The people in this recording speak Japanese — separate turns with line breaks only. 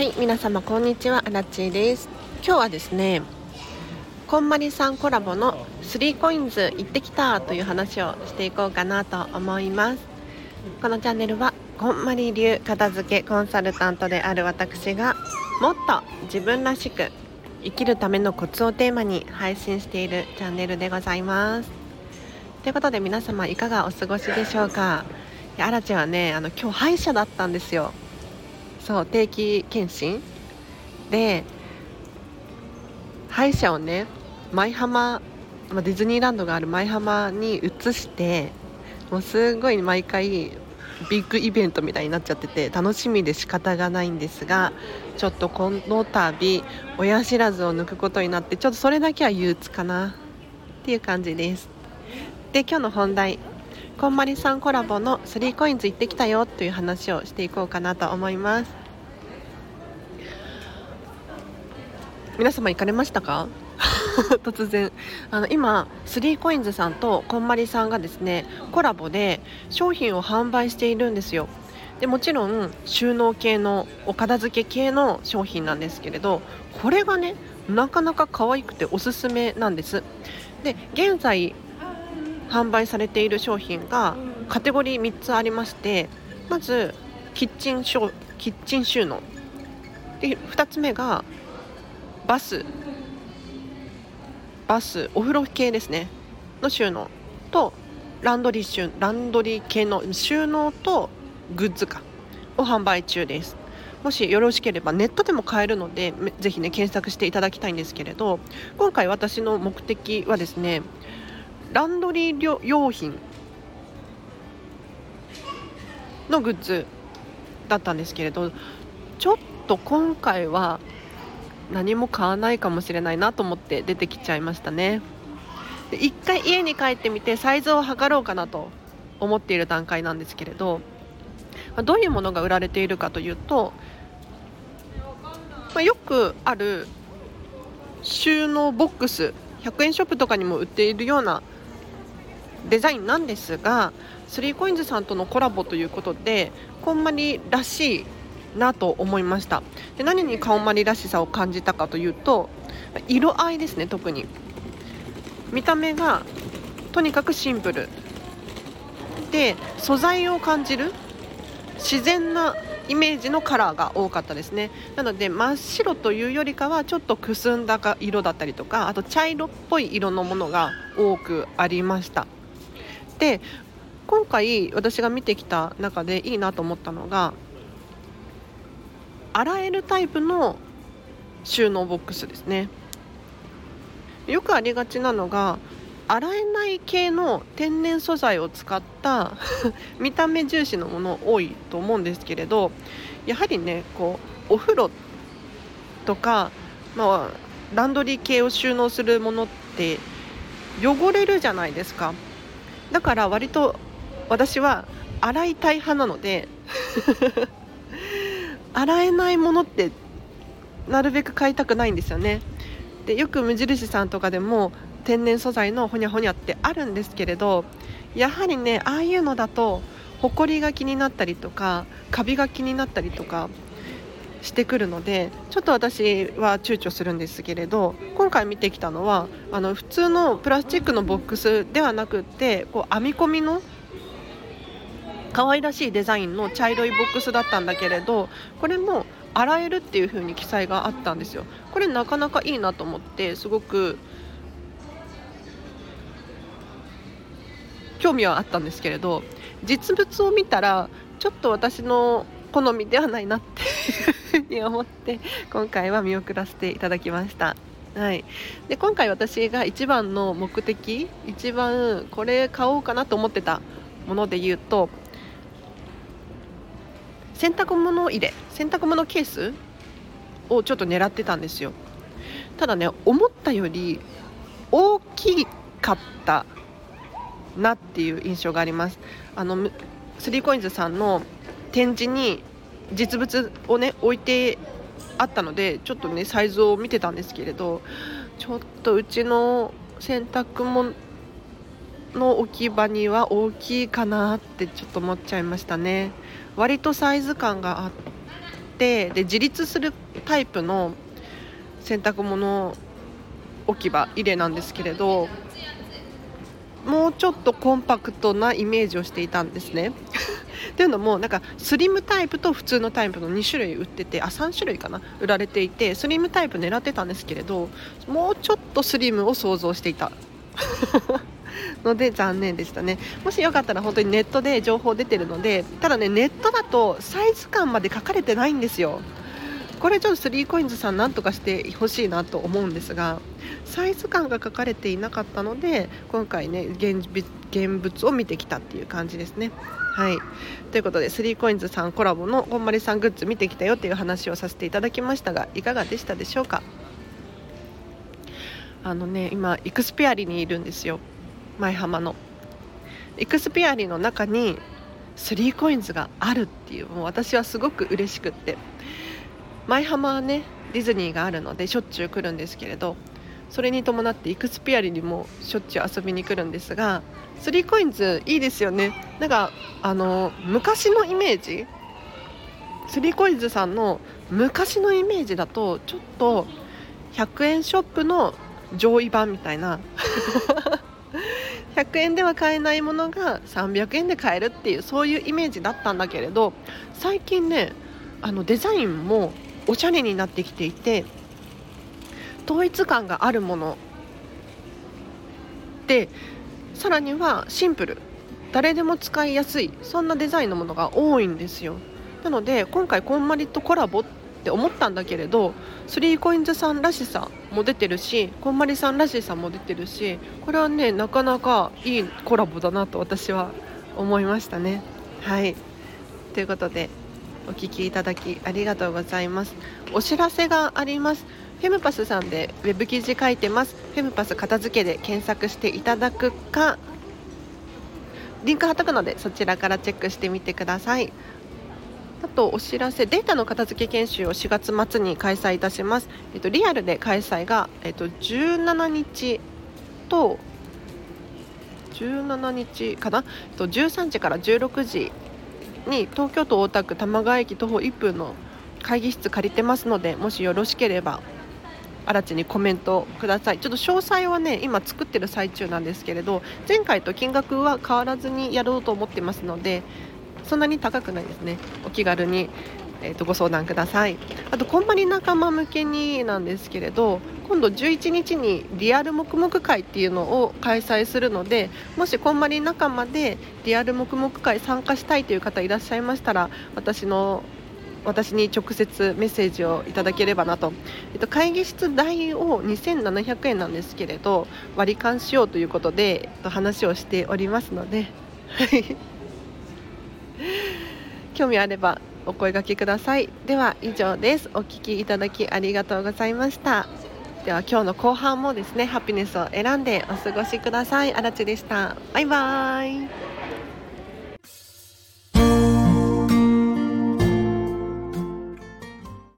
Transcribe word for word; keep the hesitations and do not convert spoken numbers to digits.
はい、皆様こんにちは、アラチーです。今日はですね、こんまりさんコラボのスリーコインズ行ってきたという話をしていこうかなと思います。このチャンネルはこんまり流片付けコンサルタントである私がもっと自分らしく生きるためのコツをテーマに配信しているチャンネルでございます。ということで皆様いかがお過ごしでしょうか。いや、アラチはね、あの今日歯医者だったんですよ。そう定期検診で歯医者をね舞浜、まあ、ディズニーランドがある舞浜に移して、もうすごい毎回ビッグイベントみたいになっちゃってて楽しみで仕方がないんですが、ちょっとこの度親知らずを抜くことになって、ちょっとそれだけは憂鬱かなっていう感じです。で、今日の本題、こんまりさんコラボのスリーコインズ行ってきたよという話をしていこうかなと思います。皆様行かれましたか？突然あの今スリーコインズさんとこんまりさんがですねコラボで商品を販売しているんですよ。でもちろん収納系のお片付け系の商品なんですけれど、これがねなかなか可愛くておすすめなんです。で、現在販売されている商品がカテゴリーみっつありまして、まずキッチンショキッチン収納で、ふたつめがバスバスお風呂系ですねの収納と、ランドリー収ランドリー系の収納とグッズかを販売中です。もしよろしければネットでも買えるのでぜひね検索していただきたいんですけれど、今回私の目的はですねランドリー用品のグッズだったんですけれど、ちょっと今回は何も買わないかもしれないなと思って出てきちゃいましたね。で、一回家に帰ってみてサイズを測ろうかなと思っている段階なんですけれど、どういうものが売られているかというと、まあ、よくある収納ボックス、ひゃくえんショップとかにも売っているようなデザインなんですが、スリーコインズさんとのコラボということでこんまりらしいなと思いました。で、何にこんまりらしさを感じたかというと、色合いですね。特に見た目がとにかくシンプルで、素材を感じる自然なイメージのカラーが多かったですね。なので真っ白というよりかはちょっとくすんだ色だったりとか、あと茶色っぽい色のものが多くありました。で、今回私が見てきた中でいいなと思ったのが洗えるタイプの収納ボックスですね。よくありがちなのが洗えない系の天然素材を使った見た目重視のもの多いと思うんですけれど、やはりねこうお風呂とか、まあ、ランドリー系を収納するものって汚れるじゃないですか。だから割と私は洗いたい派なので洗えないものってなるべく買いたくないんですよね。で、よく無印さんとかでも天然素材のほにゃほにゃってあるんですけれど、やはりねああいうのだとホコリが気になったりとかカビが気になったりとかしてくるので、ちょっと私は躊躇するんですけれど、今回見てきたのはあの普通のプラスチックのボックスではなくって、こう編み込みの可愛らしいデザインの茶色いボックスだったんだけれど、これも洗えるっていう風に記載があったんですよ。これなかなかいいなと思って、すごく興味はあったんですけれど、実物を見たらちょっと私の好みではないなっていうふうに思って今回は見送らせていただきました。はい、で今回私が一番の目的、一番これ買おうかなと思ってたもので言うと、洗濯物入れ洗濯物ケースをちょっと狙ってたんですよ。ただね、思ったより大きかったなっていう印象があります。あのスリーコインズさんの展示に実物をね置いてあったので、ちょっとねサイズを見てたんですけれど、ちょっとうちの洗濯物の置き場には大きいかなってちょっと思っちゃいましたね。割とサイズ感があって、で自立するタイプの洗濯物置き場入れなんですけれど、もうちょっとコンパクトなイメージをしていたんですねっていうのも、なんかスリムタイプと普通のタイプのに種類売ってて、あさん種類かな売られていて、スリムタイプ狙ってたんですけれど、もうちょっとスリムを想像していたので残念でしたね。もしよかったら本当にネットで情報出てるので、ただねネットだとサイズ感まで書かれてないんですよ。これちょっとスリーコインズさんなんとかしてほしいなと思うんですが、サイズ感が書かれていなかったので、今回ね現物、現物を見てきたっていう感じですね。はい、ということでスリーコインズさんコラボのこんまりさんグッズ見てきたよっていう話をさせていただきましたが、いかがでしたでしょうか。あのね今イクスピアリにいるんですよ。舞浜のイクスピアリの中にスリーコインズがあるっていう、もう私はすごく嬉しくって、舞浜はねディズニーがあるのでしょっちゅう来るんですけれど、それに伴ってイクスピアリにもしょっちゅう遊びに来るんですが、スリーコインズいいですよね。なんかあの昔のイメージ、スリーコインズさんの昔のイメージだとちょっとひゃくえんショップの上位版みたいなひゃくえんでは買えないものがさんびゃくえんで買えるっていう、そういうイメージだったんだけれど、最近ねあのデザインもおしゃれになってきていて、統一感があるもので、さらにはシンプル、誰でも使いやすい、そんなデザインのものが多いんですよ。なので今回こんまりとコラボって思ったんだけれど、スリーコインズさんらしさも出てるし、こんまりさんらしさも出てるし、これはねなかなかいいコラボだなと私は思いましたね。はい、ということでお聞きいただきありがとうございます。お知らせがあります。フェムパスさんでウェブ記事書いてます。フェムパス片付けで検索していただくか、リンク貼っとくのでそちらからチェックしてみてください。あとお知らせ、データの片付け研修をしがつ末に開催いたします。えっと、リアルで開催が、えっと、じゅうしちにちとじゅうしちにちかな、えっと、じゅうさんじからじゅうろくじに東京都大田区玉川駅徒歩いっぷんの会議室借りてますので、もしよろしければあらちにコメントください。ちょっと詳細はね今作ってる最中なんですけれど、前回と金額は変わらずにやろうと思ってますので、そんなに高くないですね。お気軽に、えーと、ご相談ください。あとこんまり仲間向けになんですけれど、今度じゅういちにちにリアル黙々会っていうのを開催するので、もしこんまり仲間でリアル黙々会参加したいという方いらっしゃいましたら、私の私に直接メッセージをいただければなと。えっと、会議室代をにせんななひゃくえんなんですけれど、割り勘しようということで、えっと、話をしておりますので興味あればお声掛けください。では以上です。お聞きいただきありがとうございました。では今日の後半もですね、ハピネスを選んでお過ごしください。あらちでした。バイバイ。